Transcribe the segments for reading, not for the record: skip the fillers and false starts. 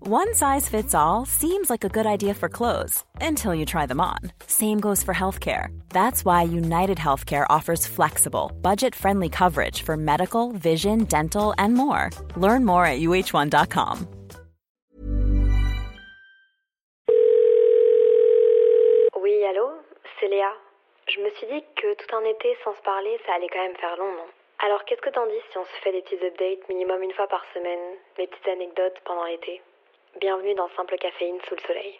One size fits all seems like a good idea for clothes until you try them on. Same goes for healthcare. That's why United Healthcare offers flexible, budget-friendly coverage for medical, vision, dental, and more. Learn more at uh1.com. Oui, allô, c'est Léa. Je me suis dit que tout un été sans se parler, ça allait quand même faire long, non? Alors qu'est-ce que t'en dis si on se fait des petits updates minimum une fois par semaine, des petites anecdotes pendant l'été? Bienvenue dans Simple Caféine sous le soleil.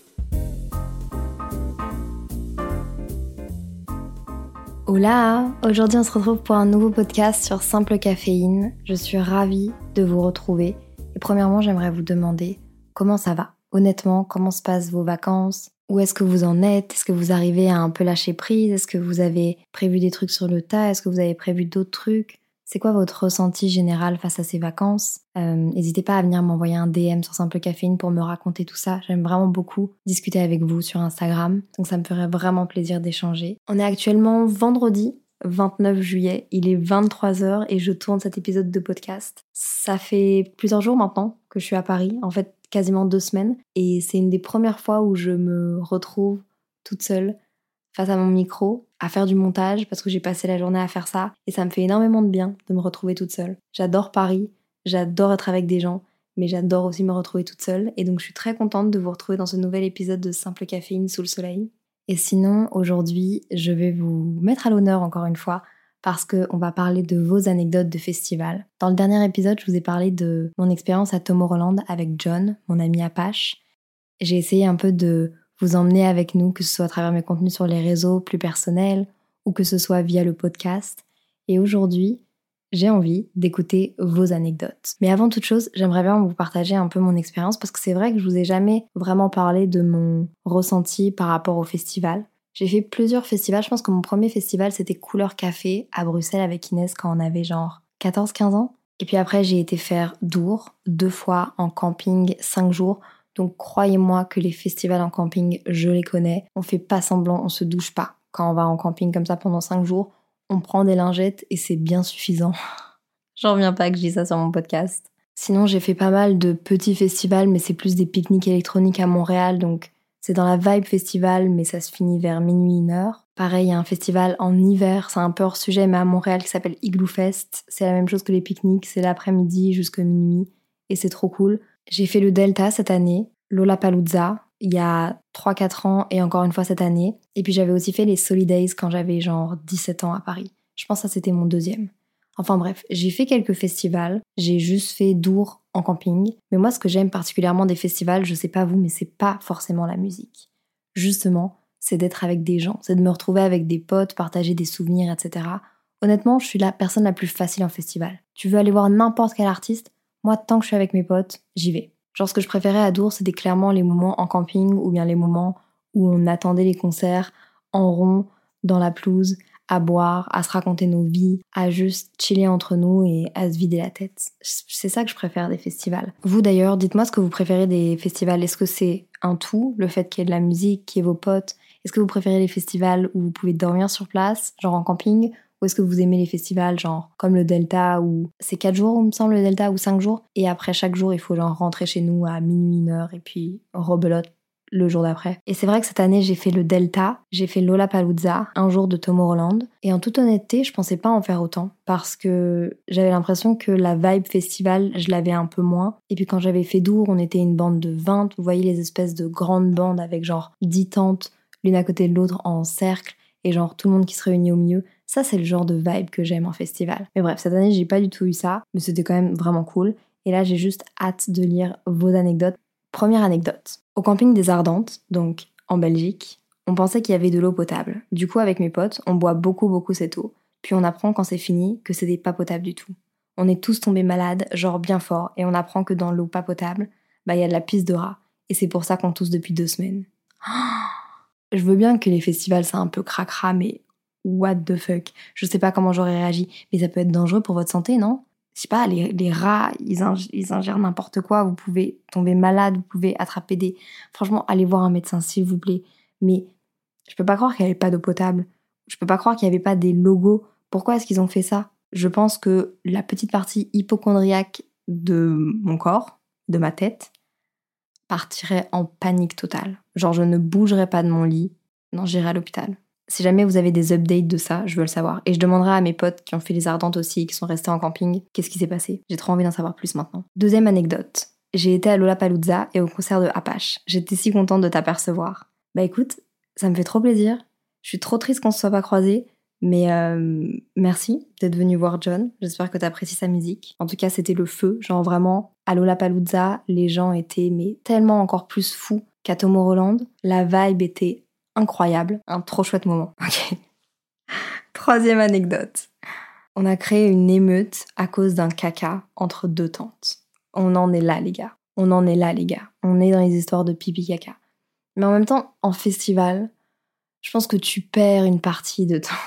Hola! Aujourd'hui on se retrouve pour un nouveau podcast sur Simple Caféine. Je suis ravie de vous retrouver. Et premièrement, j'aimerais vous demander comment ça va? Honnêtement, comment se passent vos vacances? Où est-ce que vous en êtes? Est-ce que vous arrivez à un peu lâcher prise? Est-ce que vous avez prévu des trucs sur le tas? Est-ce que vous avez prévu d'autres trucs? C'est quoi votre ressenti général face à ces vacances? N'hésitez pas à venir m'envoyer un DM sur Simple Caféine pour me raconter tout ça. J'aime vraiment beaucoup discuter avec vous sur Instagram, donc ça me ferait vraiment plaisir d'échanger. On est actuellement vendredi 29 juillet, il est 23h et je tourne cet épisode de podcast. Ça fait plusieurs jours maintenant que je suis à Paris, en fait quasiment 2 semaines, et c'est une des premières fois où je me retrouve toute seule face à mon micro, à faire du montage, parce que j'ai passé la journée à faire ça, et ça me fait énormément de bien de me retrouver toute seule. J'adore Paris, j'adore être avec des gens, mais j'adore aussi me retrouver toute seule, et donc je suis très contente de vous retrouver dans ce nouvel épisode de Simple Caféine sous le soleil. Et sinon, aujourd'hui, je vais vous mettre à l'honneur encore une fois, parce qu'on va parler de vos anecdotes de festival. Dans le dernier épisode, je vous ai parlé de mon expérience à Tomorrowland avec John, mon ami Apache. J'ai essayé un peu de vous emmener avec nous, que ce soit à travers mes contenus sur les réseaux plus personnels ou que ce soit via le podcast. Et aujourd'hui, j'ai envie d'écouter vos anecdotes. Mais avant toute chose, j'aimerais bien vous partager un peu mon expérience parce que c'est vrai que je vous ai jamais vraiment parlé de mon ressenti par rapport au festival. J'ai fait plusieurs festivals. Je pense que mon premier festival, c'était Couleur Café à Bruxelles avec Inès quand on avait genre 14-15 ans. Et puis après, j'ai été faire Dour 2 fois en camping 5 jours. Donc croyez-moi que les festivals en camping, je les connais. On fait pas semblant, on se douche pas. Quand on va en camping comme ça pendant 5 jours, on prend des lingettes et c'est bien suffisant. J'en reviens pas que je dis ça sur mon podcast. Sinon, j'ai fait pas mal de petits festivals, mais c'est plus des pique-niques électroniques à Montréal, donc c'est dans la vibe festival, mais ça se finit vers minuit, 1h. Pareil, il y a un festival en hiver, c'est un peu hors sujet, mais à Montréal qui s'appelle Igloo Fest. C'est la même chose que les pique-niques, c'est l'après-midi jusqu'à minuit, et c'est trop cool. J'ai fait le Delta cette année, Lollapalooza, il y a 3-4 ans et encore une fois cette année. Et puis j'avais aussi fait les Solidays quand j'avais genre 17 ans à Paris. Je pense que ça c'était mon 2e. Enfin bref, j'ai fait quelques festivals, j'ai juste fait Dour en camping. Mais moi ce que j'aime particulièrement des festivals, je sais pas vous, mais c'est pas forcément la musique. Justement, c'est d'être avec des gens, c'est de me retrouver avec des potes, partager des souvenirs, etc. Honnêtement, je suis la personne la plus facile en festival. Tu veux aller voir n'importe quel artiste, moi, tant que je suis avec mes potes, j'y vais. Genre, ce que je préférais à Dour, c'était clairement les moments en camping ou bien les moments où on attendait les concerts en rond, dans la pelouse, à boire, à se raconter nos vies, à juste chiller entre nous et à se vider la tête. C'est ça que je préfère des festivals. Vous d'ailleurs, dites-moi ce que vous préférez des festivals. Est-ce que c'est un tout, le fait qu'il y ait de la musique, qu'il y ait vos potes? Est-ce que vous préférez les festivals où vous pouvez dormir sur place, genre en camping? Ou est-ce que vous aimez les festivals genre comme le Delta où c'est 4 jours, il me semble, le Delta, ou 5 jours, et après chaque jour, il faut genre rentrer chez nous à minuit, 1h, et puis rebelote le jour d'après. Et c'est vrai que cette année, j'ai fait le Delta, j'ai fait Lollapalooza, un jour de Tomorrowland, et en toute honnêteté, je pensais pas en faire autant, parce que j'avais l'impression que la vibe festival, je l'avais un peu moins. Et puis quand j'avais fait Dour, on était une bande de 20, vous voyez les espèces de grandes bandes avec genre 10 tentes, l'une à côté de l'autre en cercle, et genre tout le monde qui se réunit au milieu. Ça, c'est le genre de vibe que j'aime en festival. Mais bref, cette année, j'ai pas du tout eu ça, mais c'était quand même vraiment cool. Et là, j'ai juste hâte de lire vos anecdotes. Première anecdote. Au camping des Ardentes, donc en Belgique, on pensait qu'il y avait de l'eau potable. Du coup, avec mes potes, on boit beaucoup cette eau. Puis on apprend quand c'est fini que c'était pas potable du tout. On est tous tombés malades, genre bien fort, et on apprend que dans l'eau pas potable, y a de la pisse de rat. Et c'est pour ça qu'on tousse depuis 2 semaines. Je veux bien que les festivals, c'est un peu cracra, mais what the fuck? Je sais pas comment j'aurais réagi, mais ça peut être dangereux pour votre santé, non? Je sais pas, les rats, ils ingèrent n'importe quoi, vous pouvez tomber malade, vous pouvez attraper des... Franchement, allez voir un médecin, s'il vous plaît. Mais je peux pas croire qu'il y avait pas d'eau potable. Je peux pas croire qu'il y avait pas des logos. Pourquoi est-ce qu'ils ont fait ça? Je pense que la petite partie hypocondriaque de mon corps, de ma tête, partirais en panique totale. Genre, je ne bougerais pas de mon lit. Non, j'irai à l'hôpital. Si jamais vous avez des updates de ça, je veux le savoir. Et je demanderai à mes potes qui ont fait les Ardentes aussi, qui sont restés en camping, qu'est-ce qui s'est passé. J'ai trop envie d'en savoir plus maintenant. Deuxième anecdote. J'ai été à Lollapalooza et au concert de Apache. J'étais si contente de t'apercevoir. Bah écoute, ça me fait trop plaisir. Je suis trop triste qu'on se soit pas croisés. Mais merci d'être venu voir John. J'espère que t'apprécies sa musique. En tout cas, c'était le feu. Genre vraiment, à Lollapalooza, les gens étaient tellement encore plus fous qu'à Tomorrowland. La vibe était incroyable. Un trop chouette moment. Ok. Troisième anecdote. On a créé une émeute à cause d'un caca entre deux tantes. On en est là, les gars. On en est là, les gars. On est dans les histoires de pipi caca. Mais en même temps, en festival, je pense que tu perds une partie de ton...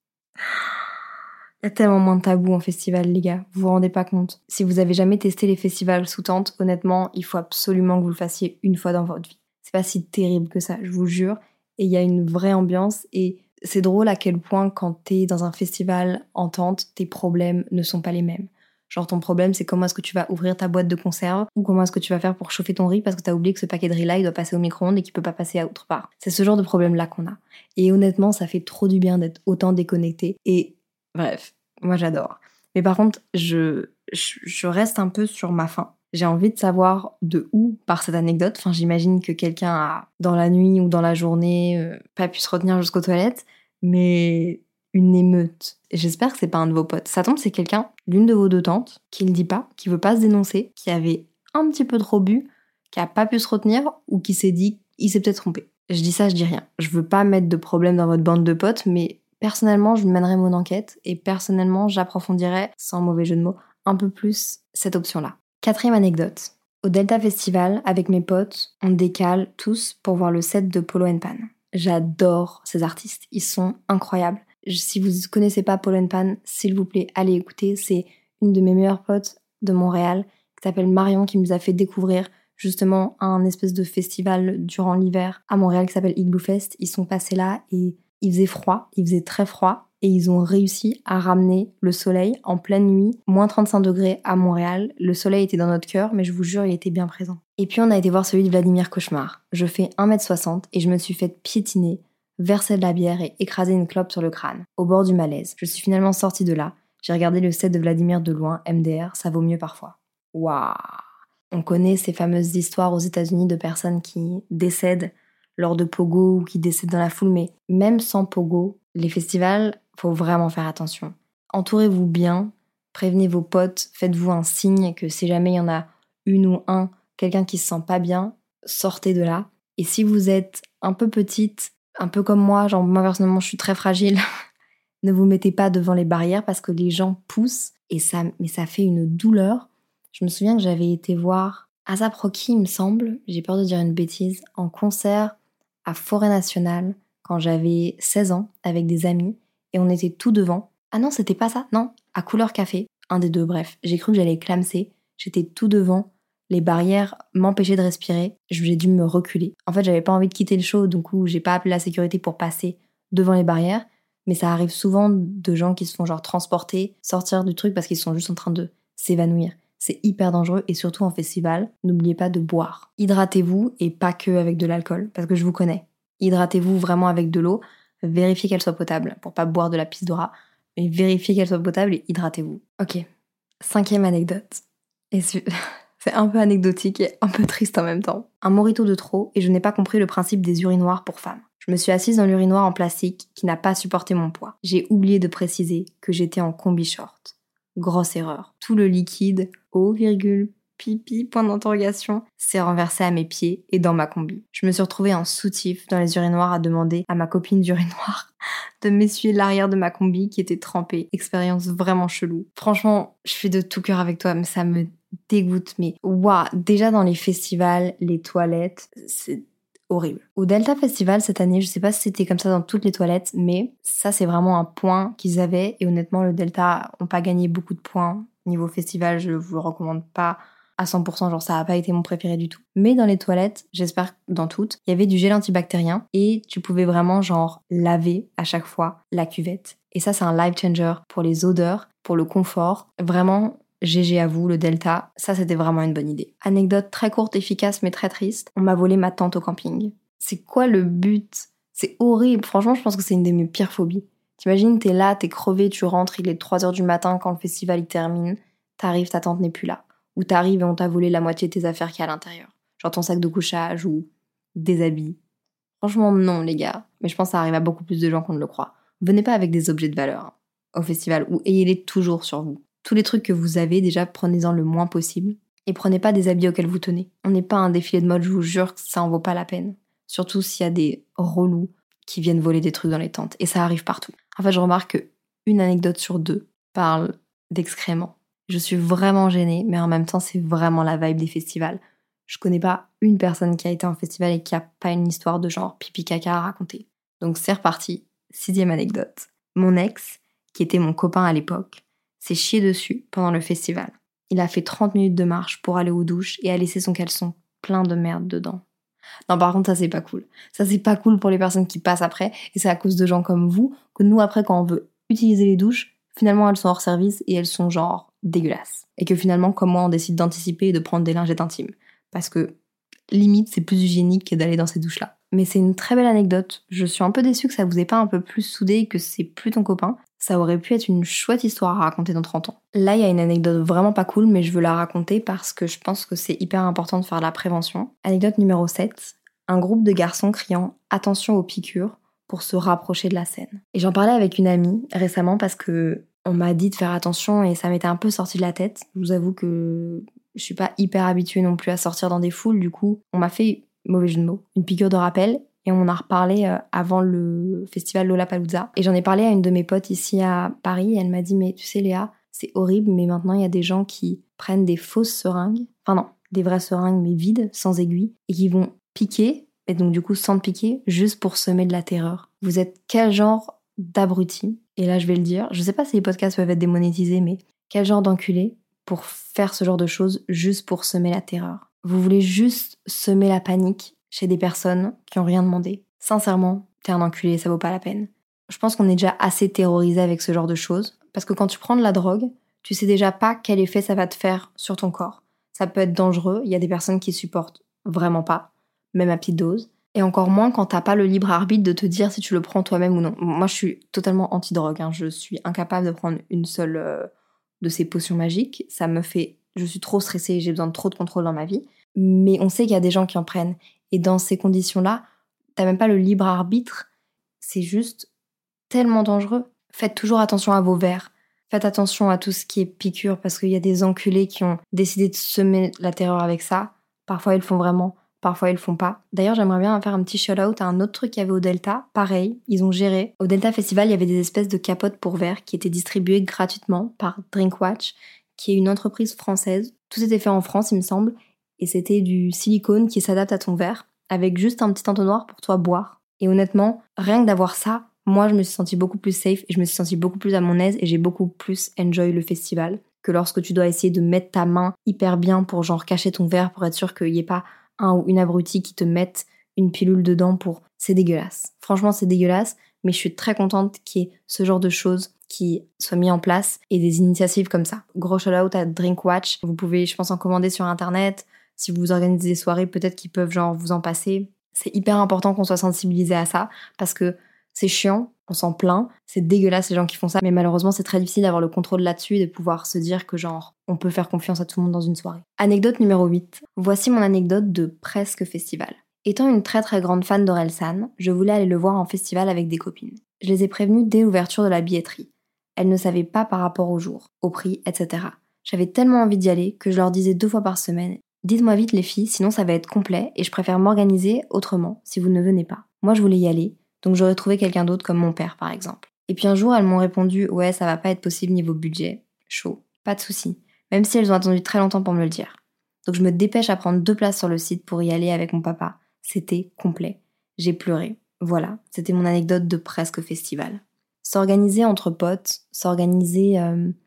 Il y a tellement moins de tabous en festival, les gars. Vous vous rendez pas compte. Si vous avez jamais testé les festivals sous tente, honnêtement, il faut absolument que vous le fassiez une fois dans votre vie. C'est pas si terrible que ça, je vous jure. Et il y a une vraie ambiance et c'est drôle à quel point quand t'es dans un festival en tente, tes problèmes ne sont pas les mêmes. Genre ton problème c'est comment est-ce que tu vas ouvrir ta boîte de conserve ou comment est-ce que tu vas faire pour chauffer ton riz parce que t'as oublié que ce paquet de riz là il doit passer au micro-ondes et qu'il peut pas passer à autre part. C'est ce genre de problème là qu'on a. Et honnêtement ça fait trop du bien d'être autant déconnecté et bref, moi j'adore. Mais par contre je reste un peu sur ma faim. J'ai envie de savoir de où part cette anecdote. Enfin j'imagine que quelqu'un a dans la nuit ou dans la journée pas pu se retenir jusqu'aux toilettes mais... une émeute. Et j'espère que c'est pas un de vos potes. Ça tombe, c'est quelqu'un d'une de vos deux tantes qui le dit pas, qui veut pas se dénoncer, qui avait un petit peu trop bu, qui a pas pu se retenir ou qui s'est dit, il s'est peut-être trompé. Je dis ça, je dis rien. Je veux pas mettre de problème dans votre bande de potes, mais personnellement, je mènerai mon enquête et personnellement, j'approfondirai, sans mauvais jeu de mots, un peu plus cette option-là. Quatrième anecdote. Au Delta Festival, avec mes potes, on décale tous pour voir le set de Polo & Pan. J'adore ces artistes, ils sont incroyables. Si vous ne connaissez pas Polo & Pan, s'il vous plaît, allez écouter. C'est une de mes meilleures potes de Montréal qui s'appelle Marion qui nous a fait découvrir justement un espèce de festival durant l'hiver à Montréal qui s'appelle Igloo Fest. Ils sont passés là et il faisait froid, il faisait très froid et ils ont réussi à ramener le soleil en pleine nuit, moins 35 degrés à Montréal. Le soleil était dans notre cœur, mais je vous jure, il était bien présent. Et puis on a été voir celui de Vladimir Cauchemar. Je fais 1m60 et je me suis fait piétiner, verser de la bière et écraser une clope sur le crâne, au bord du malaise. Je suis finalement sortie de là. J'ai regardé le set de Vladimir de loin, MDR, ça vaut mieux parfois. Waouh! On connaît ces fameuses histoires aux États-Unis de personnes qui décèdent lors de pogo ou qui décèdent dans la foule, mais même sans pogo, les festivals, faut vraiment faire attention. Entourez-vous bien, prévenez vos potes, faites-vous un signe que si jamais il y en a une ou un, quelqu'un qui se sent pas bien, sortez de là. Et si vous êtes un peu petite, un peu comme moi, genre moi personnellement je suis très fragile, ne vous mettez pas devant les barrières parce que les gens poussent et ça fait une douleur. Je me souviens que j'avais été voir A$AP Rocky, il me semble, j'ai peur de dire une bêtise, en concert à Forêt Nationale quand j'avais 16 ans avec des amis et on était tout devant. Ah non, c'était pas ça, non, à Couleur Café, un des deux, bref. J'ai cru que j'allais clamser, j'étais tout devant, les barrières m'empêchaient de respirer, j'ai dû me reculer. En fait, j'avais pas envie de quitter le show, donc j'ai pas appelé la sécurité pour passer devant les barrières, mais ça arrive souvent de gens qui se font genre transporter, sortir du truc parce qu'ils sont juste en train de s'évanouir. C'est hyper dangereux et surtout en festival, n'oubliez pas de boire. Hydratez-vous et pas que avec de l'alcool, parce que je vous connais. Hydratez-vous vraiment avec de l'eau, vérifiez qu'elle soit potable, pour pas boire de la pisse de rat, mais vérifiez qu'elle soit potable et hydratez-vous. Ok, 5e anecdote. Et c'est un peu anecdotique et un peu triste en même temps. Un mojito de trop et je n'ai pas compris le principe des urinoirs pour femmes. Je me suis assise dans l'urinoir en plastique qui n'a pas supporté mon poids. J'ai oublié de préciser que j'étais en combi short. Grosse erreur. Tout le liquide, eau, pipi, point d'interrogation, s'est renversé à mes pieds et dans ma combi. Je me suis retrouvée en soutif dans les urinoirs à demander à ma copine d'urinoir de m'essuyer l'arrière de ma combi qui était trempée. Expérience vraiment chelou. Franchement, je suis de tout cœur avec toi, mais ça me dégoûte. Mais waouh, déjà dans les festivals, les toilettes, c'est horrible. Au Delta Festival cette année, je sais pas si c'était comme ça dans toutes les toilettes, mais ça c'est vraiment un point qu'ils avaient et honnêtement le Delta ont pas gagné beaucoup de points. Niveau festival, je vous le recommande pas à 100%, genre ça a pas été mon préféré du tout. Mais dans les toilettes, j'espère que dans toutes, il y avait du gel antibactérien et tu pouvais vraiment genre laver à chaque fois la cuvette. Et ça c'est un life changer pour les odeurs, pour le confort. Vraiment, GG à vous, le Delta, ça c'était vraiment une bonne idée. Anecdote très courte, efficace mais très triste, on m'a volé ma tente au camping. C'est quoi le but ? C'est horrible, franchement je pense que c'est une de mes pires phobies. T'imagines, t'es là, t'es crevé, tu rentres, il est 3h du matin quand le festival il termine, t'arrives, ta tente n'est plus là. Ou t'arrives et on t'a volé la moitié de tes affaires qu'il y a à l'intérieur. Genre ton sac de couchage ou des habits. Franchement non les gars, mais je pense que ça arrive à beaucoup plus de gens qu'on ne le croit. Venez pas avec des objets de valeur au festival ou ayez-les toujours sur vous. Tous les trucs que vous avez, déjà prenez-en le moins possible. Et prenez pas des habits auxquels vous tenez. On n'est pas un défilé de mode, je vous jure que ça en vaut pas la peine. Surtout s'il y a des relous qui viennent voler des trucs dans les tentes. Et ça arrive partout. En fait, je remarque qu'une anecdote sur 2 parle d'excréments. Je suis vraiment gênée, mais en même temps, c'est vraiment la vibe des festivals. Je connais pas une personne qui a été en festival et qui a pas une histoire de genre pipi caca à raconter. Donc c'est reparti. 6e anecdote. Mon ex, qui était mon copain à l'époque, s'est chié dessus pendant le festival. Il a fait 30 minutes de marche pour aller aux douches et a laissé son caleçon plein de merde dedans. Non, par contre, ça c'est pas cool. Ça c'est pas cool pour les personnes qui passent après, et c'est à cause de gens comme vous que nous après quand on veut utiliser les douches, finalement elles sont hors service et elles sont genre dégueulasses. Et que finalement comme moi on décide d'anticiper et de prendre des lingettes intimes. Parce que limite c'est plus hygiénique que d'aller dans ces douches-là. Mais c'est une très belle anecdote. Je suis un peu déçue que ça vous ait pas un peu plus soudé et que c'est plus ton copain. Ça aurait pu être une chouette histoire à raconter dans 30 ans. Là, il y a une anecdote vraiment pas cool, mais je veux la raconter parce que je pense que c'est hyper important de faire de la prévention. Anecdote numéro 7. Un groupe de garçons criant « Attention aux piqûres » pour se rapprocher de la scène. Et j'en parlais avec une amie récemment parce que on m'a dit de faire attention et ça m'était un peu sorti de la tête. Je vous avoue que je suis pas hyper habituée non plus à sortir dans des foules, du coup, on m'a fait, mauvais jeu de mots, une piqûre de rappel. Et on en a reparlé avant le festival Lollapalooza. Et j'en ai parlé à une de mes potes ici à Paris. Et elle m'a dit, mais tu sais Léa, c'est horrible, mais maintenant il y a des gens qui prennent des fausses seringues. Enfin non, des vraies seringues mais vides, sans aiguille. Et qui vont piquer, et donc du coup sans piquer, juste pour semer de la terreur. Vous êtes quel genre d'abruti ? Et là je vais le dire, je sais pas si les podcasts peuvent être démonétisés, mais quel genre d'enculé pour faire ce genre de choses juste pour semer la terreur ? Vous voulez juste semer la panique chez des personnes qui ont rien demandé. Sincèrement, t'es un enculé, ça vaut pas la peine. Je pense qu'on est déjà assez terrorisé avec ce genre de choses, parce que quand tu prends de la drogue, tu sais déjà pas quel effet ça va te faire sur ton corps. Ça peut être dangereux, il y a des personnes qui supportent vraiment pas, même à petite dose, et encore moins quand t'as pas le libre arbitre de te dire si tu le prends toi-même ou non. Moi je suis totalement anti-drogue, je suis incapable de prendre une seule de ces potions magiques, je suis trop stressée, j'ai besoin de trop de contrôle dans ma vie, mais on sait qu'il y a des gens qui en prennent. Et dans ces conditions-là, t'as même pas le libre arbitre, c'est juste tellement dangereux. Faites toujours attention à vos verres, faites attention à tout ce qui est piqûre, parce qu'il y a des enculés qui ont décidé de semer la terreur avec ça. Parfois ils le font vraiment, parfois ils le font pas. D'ailleurs j'aimerais bien faire un petit shout-out à un autre truc qu'il y avait au Delta, pareil, ils ont géré. Au Delta Festival, il y avait des espèces de capotes pour verres qui étaient distribuées gratuitement par Drinkwatch, qui est une entreprise française. Tout s'était fait en France, il me semble. Et c'était du silicone qui s'adapte à ton verre, avec juste un petit entonnoir pour toi boire. Et honnêtement, rien que d'avoir ça, moi je me suis sentie beaucoup plus safe et je me suis sentie beaucoup plus à mon aise et j'ai beaucoup plus enjoy le festival que lorsque tu dois essayer de mettre ta main hyper bien pour genre cacher ton verre pour être sûr qu'il n'y ait pas un ou une abrutie qui te mette une pilule dedans pour... C'est dégueulasse. Franchement c'est dégueulasse, mais je suis très contente qu'il y ait ce genre de choses qui soient mis en place et des initiatives comme ça. Gros shout-out à Drinkwatch. Vous pouvez, je pense, en commander sur internet. Si vous organisez des soirées, peut-être qu'ils peuvent genre vous en passer. C'est hyper important qu'on soit sensibilisé à ça parce que c'est chiant, on s'en plaint, c'est dégueulasse les gens qui font ça, mais malheureusement c'est très difficile d'avoir le contrôle là-dessus et de pouvoir se dire que genre on peut faire confiance à tout le monde dans une soirée. Anecdote numéro 8. Voici mon anecdote de presque festival. Étant une très très grande fan d'Orelsan, je voulais aller le voir en festival avec des copines. Je les ai prévenues dès l'ouverture de la billetterie. Elles ne savaient pas par rapport au jour, au prix, etc. J'avais tellement envie d'y aller que je leur disais 2 fois par semaine « Dites-moi vite les filles, sinon ça va être complet et je préfère m'organiser autrement si vous ne venez pas. » Moi je voulais y aller, donc j'aurais trouvé quelqu'un d'autre comme mon père par exemple. Et puis un jour elles m'ont répondu « Ouais, ça va pas être possible niveau budget. » Chaud, pas de souci, même si elles ont attendu très longtemps pour me le dire. Donc je me dépêche à prendre 2 places sur le site pour y aller avec mon papa. C'était complet. J'ai pleuré. Voilà, c'était mon anecdote de presque festival. S'organiser entre potes, s'organiser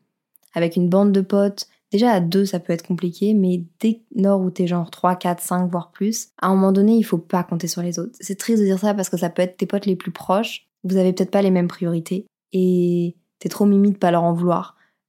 avec une bande de potes, déjà à 2 ça peut être compliqué, mais dès lors où t'es genre 3, 4, 5 voire plus, à un moment donné il faut pas compter sur les autres. C'est triste de dire ça parce que ça peut être tes potes les plus proches, vous avez peut-être pas les mêmes priorités et t'es trop mimi de pas leur en vouloir.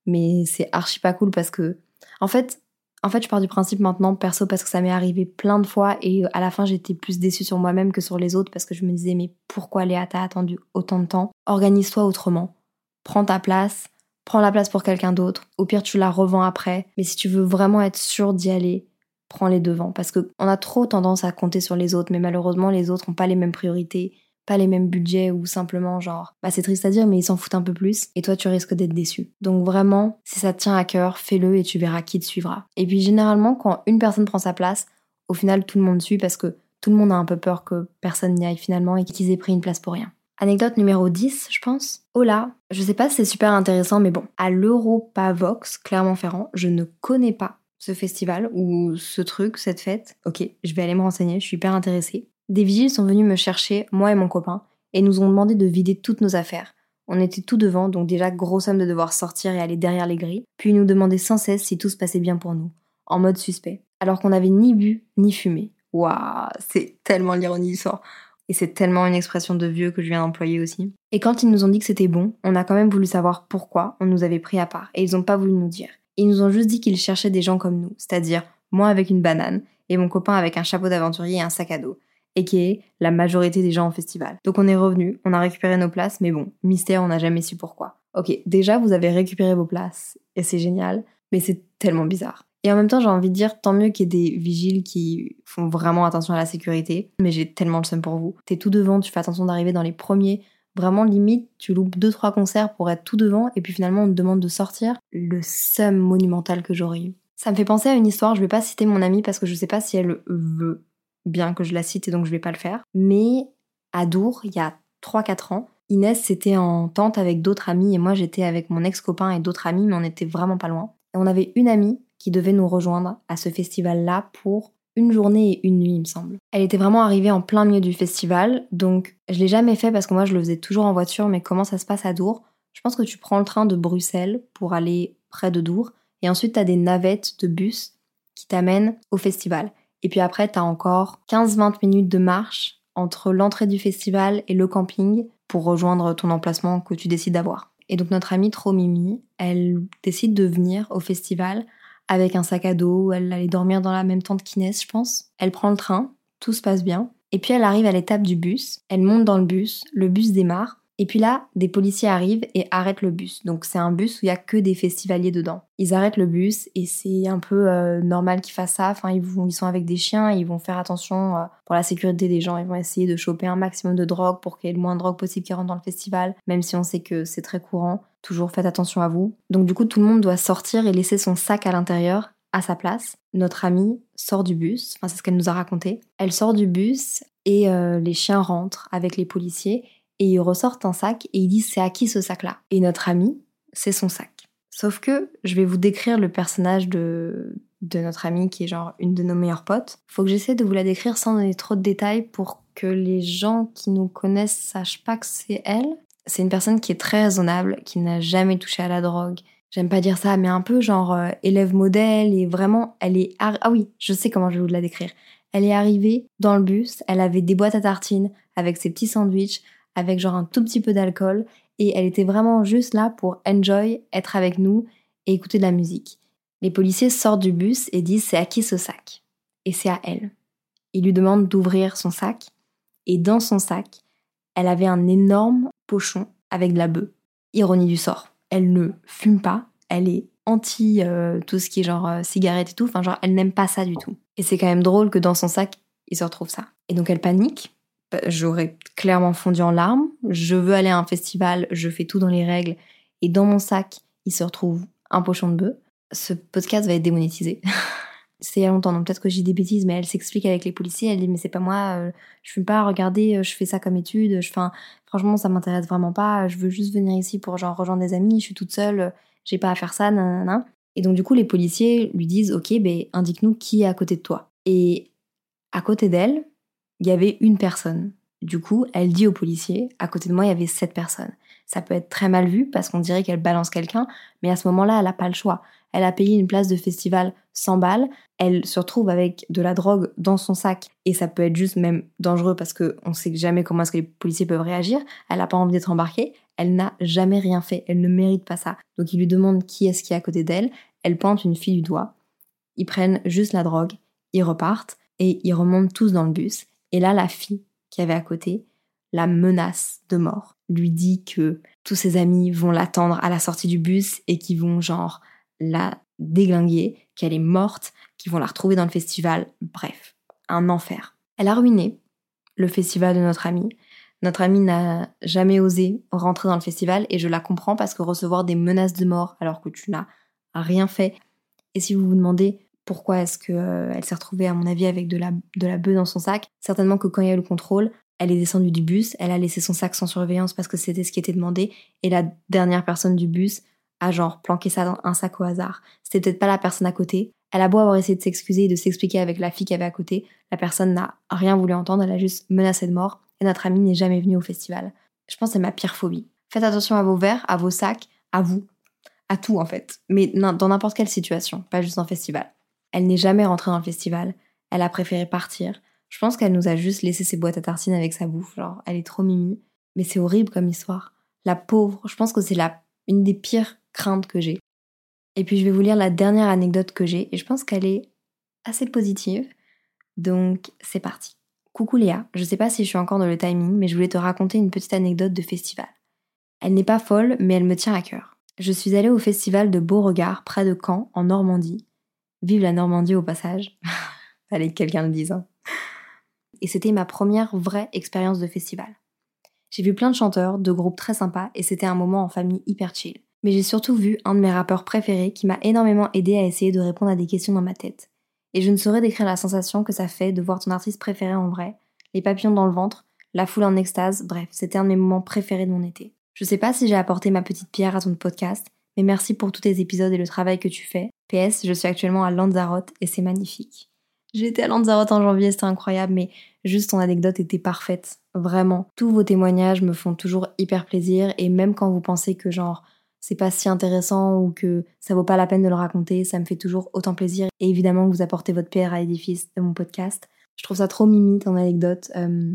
mais c'est archi pas cool parce que, en fait, je pars du principe maintenant, perso, parce que ça m'est arrivé plein de fois et à la fin, j'étais plus déçue sur moi-même que sur les autres parce que je me disais, mais pourquoi Léa, t'as attendu autant de temps? Organise-toi autrement. Prends ta place, prends la place pour quelqu'un d'autre. Au pire, tu la revends après. Mais si tu veux vraiment être sûr d'y aller, prends les devants. Parce qu'on a trop tendance à compter sur les autres, mais malheureusement, les autres n'ont pas les mêmes priorités, pas les mêmes budgets ou simplement genre, c'est triste à dire, mais ils s'en foutent un peu plus et toi, tu risques d'être déçu. Donc vraiment, si ça te tient à cœur, fais-le et tu verras qui te suivra. Et puis généralement, quand une personne prend sa place, au final, tout le monde suit parce que tout le monde a un peu peur que personne n'y aille finalement et qu'ils aient pris une place pour rien. Anecdote numéro 10, je pense. Oh là, je sais pas si c'est super intéressant, mais bon, à l'Europavox, Clermont-Ferrand, je ne connais pas ce festival ou ce truc, cette fête. Ok, je vais aller me renseigner, je suis hyper intéressée. Des vigiles sont venus me chercher, moi et mon copain, et nous ont demandé de vider toutes nos affaires. On était tout devant, donc déjà gros somme de devoir sortir et aller derrière les grilles, puis ils nous demandaient sans cesse si tout se passait bien pour nous, en mode suspect, alors qu'on n'avait ni bu ni fumé. Waouh, c'est tellement l'ironie du sort. Et c'est tellement une expression de vieux que je viens d'employer aussi. Et quand ils nous ont dit que c'était bon, on a quand même voulu savoir pourquoi on nous avait pris à part, et ils ont pas voulu nous dire. Ils nous ont juste dit qu'ils cherchaient des gens comme nous, c'est-à-dire moi avec une banane, et mon copain avec un chapeau d'aventurier et un sac à dos, et qui est la majorité des gens au festival. Donc on est revenus, on a récupéré nos places, mais bon, mystère, on n'a jamais su pourquoi. Ok, déjà vous avez récupéré vos places, et c'est génial, mais c'est tellement bizarre. Et en même temps, j'ai envie de dire, tant mieux qu'il y ait des vigiles qui font vraiment attention à la sécurité, mais j'ai tellement le seum pour vous. T'es tout devant, tu fais attention d'arriver dans les premiers, vraiment limite, tu loupes 2-3 concerts pour être tout devant, et puis finalement on te demande de sortir. Le seum monumental que j'aurais eu. Ça me fait penser à une histoire, je vais pas citer mon amie parce que je sais pas si elle veut bien que je la cite et donc je vais pas le faire. Mais à Dour, il y a 3-4 ans, Inès c'était en tente avec d'autres amis et moi j'étais avec mon ex-copain et d'autres amis, mais on était vraiment pas loin. Et on avait une amie qui devait nous rejoindre à ce festival-là pour une journée et une nuit, il me semble. Elle était vraiment arrivée en plein milieu du festival, donc je l'ai jamais fait parce que moi je le faisais toujours en voiture, mais comment ça se passe à Dour? Je pense que tu prends le train de Bruxelles pour aller près de Dour, et ensuite t'as des navettes de bus qui t'amènent au festival. Et puis après, t'as encore 15-20 minutes de marche entre l'entrée du festival et le camping pour rejoindre ton emplacement que tu décides d'avoir. Et donc notre amie trop mimi, elle décide de venir au festival avec un sac à dos, elle allait dormir dans la même tente qu'Inès, je pense. Elle prend le train, tout se passe bien. Et puis elle arrive à l'étape du bus, elle monte dans le bus démarre. Et puis là, des policiers arrivent et arrêtent le bus. Donc c'est un bus où il y a que des festivaliers dedans. Ils arrêtent le bus et c'est un peu normal qu'ils fassent ça. Enfin, ils sont avec des chiens, ils vont faire attention pour la sécurité des gens. Ils vont essayer de choper un maximum de drogue pour qu'il y ait le moins de drogue possible qui rentre dans le festival. Même si on sait que c'est très courant. Toujours faites attention à vous. Donc du coup, tout le monde doit sortir et laisser son sac à l'intérieur, à sa place. Notre amie sort du bus, enfin c'est ce qu'elle nous a raconté. Elle sort du bus et les chiens rentrent avec les policiers. Et ils ressortent un sac et ils disent c'est à qui ce sac-là? Et notre ami, c'est son sac. Sauf que je vais vous décrire le personnage de notre amie qui est genre une de nos meilleures potes. Faut que j'essaie de vous la décrire sans donner trop de détails pour que les gens qui nous connaissent sachent pas que c'est elle. C'est une personne qui est très raisonnable, qui n'a jamais touché à la drogue. J'aime pas dire ça, mais un peu genre élève modèle et vraiment elle est... Ah oui, je sais comment je vais vous la décrire. Elle est arrivée dans le bus, elle avait des boîtes à tartines avec ses petits sandwichs, avec genre un tout petit peu d'alcool, et elle était vraiment juste là pour enjoy, être avec nous et écouter de la musique. Les policiers sortent du bus et disent c'est à qui ce sac? Et c'est à elle. Ils lui demandent d'ouvrir son sac, et dans son sac, elle avait un énorme pochon avec de la beuh. Ironie du sort, elle ne fume pas, elle est anti tout ce qui est genre cigarette et tout, enfin genre elle n'aime pas ça du tout. Et c'est quand même drôle que dans son sac, il se retrouve ça. Et donc elle panique. J'aurais clairement fondu en larmes. Je veux aller à un festival, je fais tout dans les règles. Et dans mon sac, il se retrouve un pochon de beuh. Ce podcast va être démonétisé. C'est il y a longtemps, donc peut-être que j'ai des bêtises, mais elle s'explique avec les policiers. Elle dit mais c'est pas moi, je fume pas, regardez, je fais ça comme étude. Franchement, ça m'intéresse vraiment pas. Je veux juste venir ici pour genre rejoindre des amis. Je suis toute seule, j'ai pas à faire ça, nanana. Et donc du coup, les policiers lui disent ok, indique-nous qui est à côté de toi. Et à côté d'elle, il y avait une personne. Du coup, elle dit aux policiers, à côté de moi, il y avait 7 personnes. Ça peut être très mal vu parce qu'on dirait qu'elle balance quelqu'un, mais à ce moment-là, elle n'a pas le choix. Elle a payé une place de festival 100 balles, elle se retrouve avec de la drogue dans son sac, et ça peut être juste même dangereux parce qu'on sait jamais comment est-ce que les policiers peuvent réagir. Elle n'a pas envie d'être embarquée, Elle n'a jamais rien fait, elle ne mérite pas ça. Donc il lui demande qui est-ce qui est à côté d'elle, elle pointe une fille du doigt, ils prennent juste la drogue, ils repartent et ils remontent tous dans le bus. Et là, la fille qui avait à côté la menace de mort, lui dit que tous ses amis vont l'attendre à la sortie du bus et qu'ils vont genre la déglinguer, qu'elle est morte, qu'ils vont la retrouver dans le festival. Bref, un enfer. Elle a ruiné le festival de notre amie. Notre amie n'a jamais osé rentrer dans le festival et je la comprends parce que recevoir des menaces de mort alors que tu n'as rien fait. Et si vous vous demandez pourquoi est-ce qu'elle s'est retrouvée, à mon avis, avec de la bœuf dans son sac, certainement que quand il y a eu le contrôle, elle est descendue du bus, elle a laissé son sac sans surveillance parce que c'était ce qui était demandé, et la dernière personne du bus a genre planqué ça dans un sac au hasard. C'était peut-être pas la personne à côté. Elle a beau avoir essayé de s'excuser et de s'expliquer avec la fille qui avait à côté, la personne n'a rien voulu entendre, elle a juste menacé de mort, et notre amie n'est jamais venue au festival. Je pense que c'est ma pire phobie. Faites attention à vos verres, à vos sacs, à vous, à tout en fait, mais dans n'importe quelle situation, pas juste en festival. Elle n'est jamais rentrée dans le festival, elle a préféré partir. Je pense qu'elle nous a juste laissé ses boîtes à tartines avec sa bouffe, genre elle est trop mimi. Mais c'est horrible comme histoire. La pauvre, je pense que c'est une des pires craintes que j'ai. Et puis je vais vous lire la dernière anecdote que j'ai, et je pense qu'elle est assez positive. Donc c'est parti. Coucou Léa, je sais pas si je suis encore dans le timing, mais je voulais te raconter une petite anecdote de festival. Elle n'est pas folle, mais elle me tient à cœur. Je suis allée au festival de Beauregard, près de Caen, en Normandie. Vive la Normandie au passage. Fallait que quelqu'un le dise, hein. Et c'était ma première vraie expérience de festival. J'ai vu plein de chanteurs, de groupes très sympas, et c'était un moment en famille hyper chill. Mais j'ai surtout vu un de mes rappeurs préférés qui m'a énormément aidé à essayer de répondre à des questions dans ma tête. Et je ne saurais décrire la sensation que ça fait de voir ton artiste préféré en vrai, les papillons dans le ventre, la foule en extase, bref, c'était un de mes moments préférés de mon été. Je sais pas si j'ai apporté ma petite pierre à ton podcast, mais merci pour tous tes épisodes et le travail que tu fais. PS, je suis actuellement à Lanzarote et c'est magnifique. J'ai été à Lanzarote en janvier, c'était incroyable, mais juste ton anecdote était parfaite. Vraiment. Tous vos témoignages me font toujours hyper plaisir, et même quand vous pensez que genre c'est pas si intéressant ou que ça vaut pas la peine de le raconter, ça me fait toujours autant plaisir. Et évidemment que vous apportez votre pierre à l'édifice de mon podcast. Je trouve ça trop mimi ton anecdote.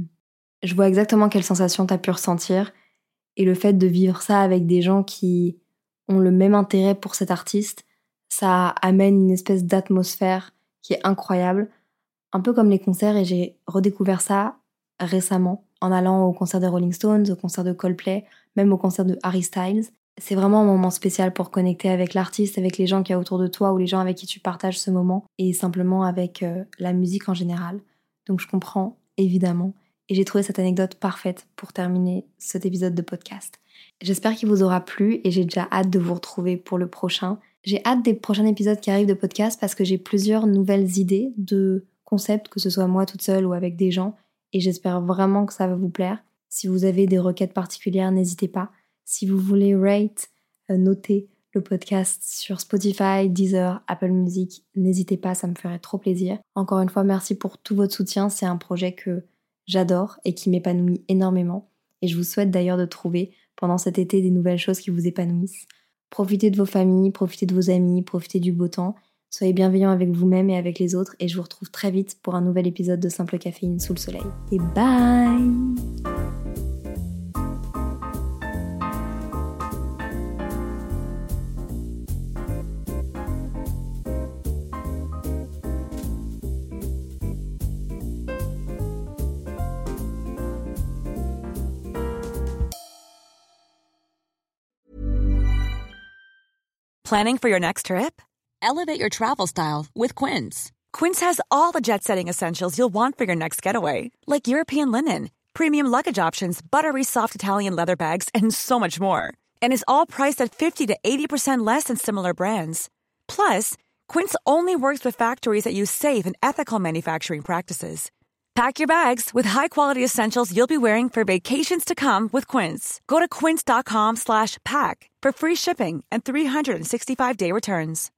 Je vois exactement quelle sensation t'as pu ressentir, et le fait de vivre ça avec des gens qui ont le même intérêt pour cet artiste, ça amène une espèce d'atmosphère qui est incroyable, un peu comme les concerts, et j'ai redécouvert ça récemment en allant au concert des Rolling Stones, au concert de Coldplay, même au concert de Harry Styles. C'est vraiment un moment spécial pour connecter avec l'artiste, avec les gens qu'il y a autour de toi ou les gens avec qui tu partages ce moment, et simplement avec la musique en général. Donc je comprends, évidemment, et j'ai trouvé cette anecdote parfaite pour terminer cet épisode de podcast. J'espère qu'il vous aura plu et j'ai déjà hâte de vous retrouver pour le prochain. J'ai hâte des prochains épisodes qui arrivent de podcast parce que j'ai plusieurs nouvelles idées de concepts, que ce soit moi toute seule ou avec des gens, et j'espère vraiment que ça va vous plaire. Si vous avez des requêtes particulières, n'hésitez pas. Si vous voulez noter le podcast sur Spotify, Deezer, Apple Music, n'hésitez pas, ça me ferait trop plaisir. Encore une fois, merci pour tout votre soutien, c'est un projet que j'adore et qui m'épanouit énormément. Et je vous souhaite d'ailleurs de trouver pendant cet été des nouvelles choses qui vous épanouissent. Profitez de vos familles, profitez de vos amis, profitez du beau temps. Soyez bienveillants avec vous-même et avec les autres, et je vous retrouve très vite pour un nouvel épisode de Simple Caféine sous le soleil. Et bye! Planning for your next trip? Elevate your travel style with Quince. Quince has all the jet-setting essentials you'll want for your next getaway, like European linen, premium luggage options, buttery soft Italian leather bags, and so much more. And is all priced at 50 to 80% less than similar brands. Plus, Quince only works with factories that use safe and ethical manufacturing practices. Pack your bags with high-quality essentials you'll be wearing for vacations to come with Quince. Go to quince.com/pack for free shipping and 365-day returns.